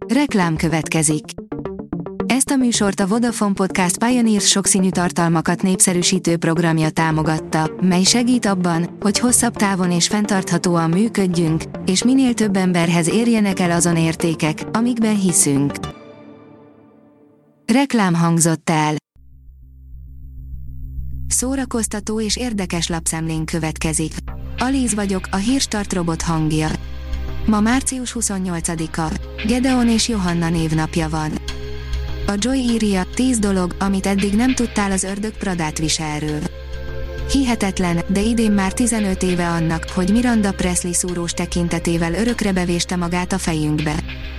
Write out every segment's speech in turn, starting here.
Reklám következik. Ezt a műsort a Vodafone Podcast Pioneers sokszínű tartalmakat népszerűsítő programja támogatta, mely segít abban, hogy hosszabb távon és fenntarthatóan működjünk, és minél több emberhez érjenek el azon értékek, amikben hiszünk. Reklám hangzott el. Szórakoztató és érdekes lapszemlén következik. Alíz vagyok, a Hírstart robot hangja. Ma március 28-a, Gedeon és Johanna névnapja van. A Joy írja, 10 dolog, amit eddig nem tudtál az ördög Pradát viselről. Hihetetlen, de idén már 15 éve annak, hogy Miranda Presley szúrós tekintetével örökre bevéste magát a fejünkbe.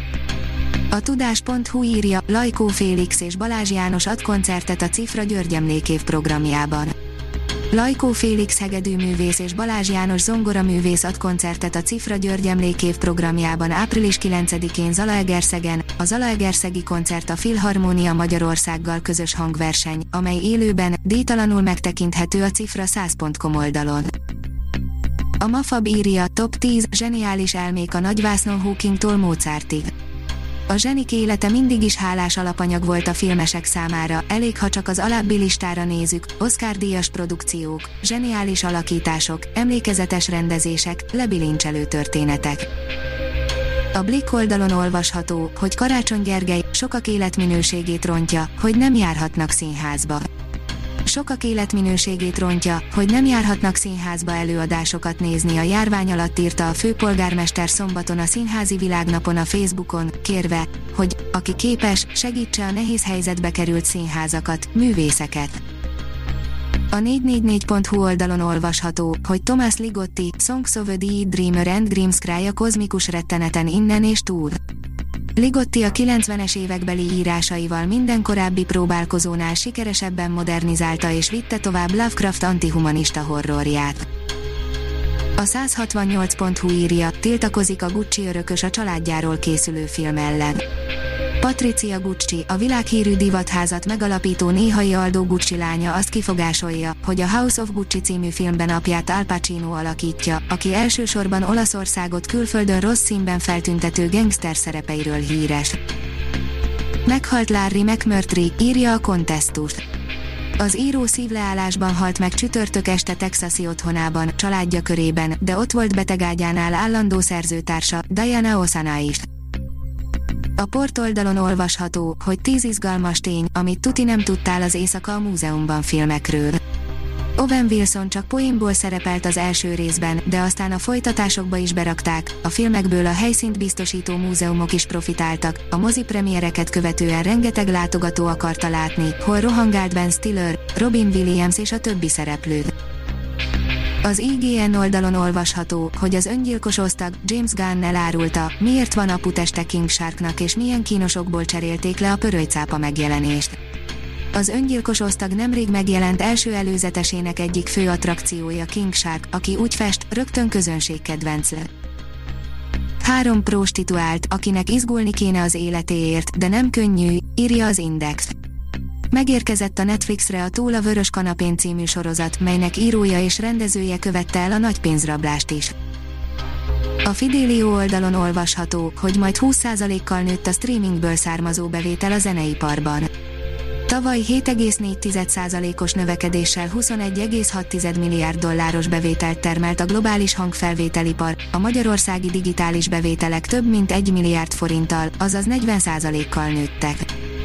A tudás.hu írja, Lajkó Félix és Balázs János ad koncertet a Cifra György Emlékév programjában. Lajkó Félix hegedűművész és Balázs János zongoraművész ad koncertet a Cifra György Emlékév programjában április 9-én Zalaegerszegen. A Zalaegerszegi koncert a Filharmónia Magyarországgal közös hangverseny, amely élőben, díjtalanul megtekinthető a cifra100.com oldalon. A Mafab írja, top 10 zseniális elmék a nagyvásznon Hawkingtól Mozartig. A zsenik élete mindig is hálás alapanyag volt a filmesek számára, elég ha csak az alábbi listára nézük: Oscar-díjas produkciók, zseniális alakítások, emlékezetes rendezések, lebilincselő történetek. A Blick oldalon olvasható, hogy Karácsony Gergely sokak életminőségét rontja, hogy nem járhatnak színházba. Sokak életminőségét rontja, hogy nem járhatnak színházba előadásokat nézni a járvány alatt, írta a főpolgármester szombaton a Színházi Világnapon a Facebookon, kérve, hogy aki képes, segítse a nehéz helyzetbe került színházakat, művészeket. A 444.hu oldalon olvasható, hogy Thomas Ligotti, Songs of a Dreamer and Grimscry a kozmikus retteneten innen és túl. Ligotti a 90-es évekbeli írásaival minden korábbi próbálkozónál sikeresebben modernizálta és vitte tovább Lovecraft antihumanista horrorját. A 168.hu írja, tiltakozik a Gucci örökös a családjáról készülő film ellen. Patricia Gucci, a világhírű divatházat megalapító néhai Aldo Gucci lánya azt kifogásolja, hogy a House of Gucci című filmben apját Al Pacino alakítja, aki elsősorban Olaszországot külföldön rossz színben feltüntető gangster szerepeiről híres. Meghalt Larry McMurtry, írja a Contestus. Az író szívleállásban halt meg csütörtök este texasi otthonában, családja körében, de ott volt betegágyánál állandó szerzőtársa, Diana Ossana is. A Port oldalon olvasható, hogy 10 izgalmas tény, amit tuti nem tudtál az Éjszaka a múzeumban filmekről. Owen Wilson csak poénból szerepelt az első részben, de aztán a folytatásokba is berakták, a filmekből a helyszínt biztosító múzeumok is profitáltak, a mozipremiereket követően rengeteg látogató akarta látni, hol rohangált Ben Stiller, Robin Williams és a többi szereplő. Az IGN oldalon olvasható, hogy az öngyilkos osztag James Gunn elárulta, miért van aputeste King Sharknak és milyen kínosokból cserélték le a pörölycápa megjelenést. Az öngyilkos osztag nemrég megjelent első előzetesének egyik fő attrakciója King Shark, aki úgy fest, rögtön közönségkedvenc. 3 prostituált, akinek izgulni kéne az életéért, de nem könnyű, írja az Index. Megérkezett a Netflixre a Túl a vörös kanapén című sorozat, melynek írója és rendezője követte el a nagy pénzrablást is. A Fidelio oldalon olvasható, hogy majd 20%-kal nőtt a streamingből származó bevétel a zeneiparban. Tavaly 7,4%-os növekedéssel 21,6 milliárd dolláros bevételt termelt a globális hangfelvételipar, a magyarországi digitális bevételek több mint 1 milliárd forinttal, azaz 40%-kal nőttek.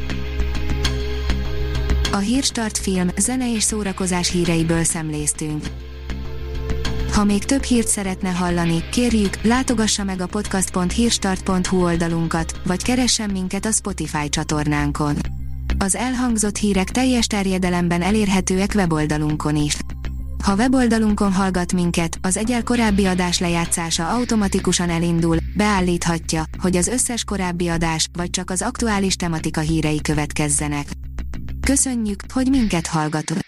A Hírstart film, zene és szórakozás híreiből szemléztünk. Ha még több hírt szeretne hallani, kérjük, látogassa meg a podcast.hírstart.hu oldalunkat, vagy keressen minket a Spotify csatornánkon. Az elhangzott hírek teljes terjedelemben elérhetőek weboldalunkon is. Ha weboldalunkon hallgat minket, az egyel korábbi adás lejátszása automatikusan elindul, beállíthatja, hogy az összes korábbi adás, vagy csak az aktuális tematika hírei következzenek. Köszönjük, hogy minket hallgatott!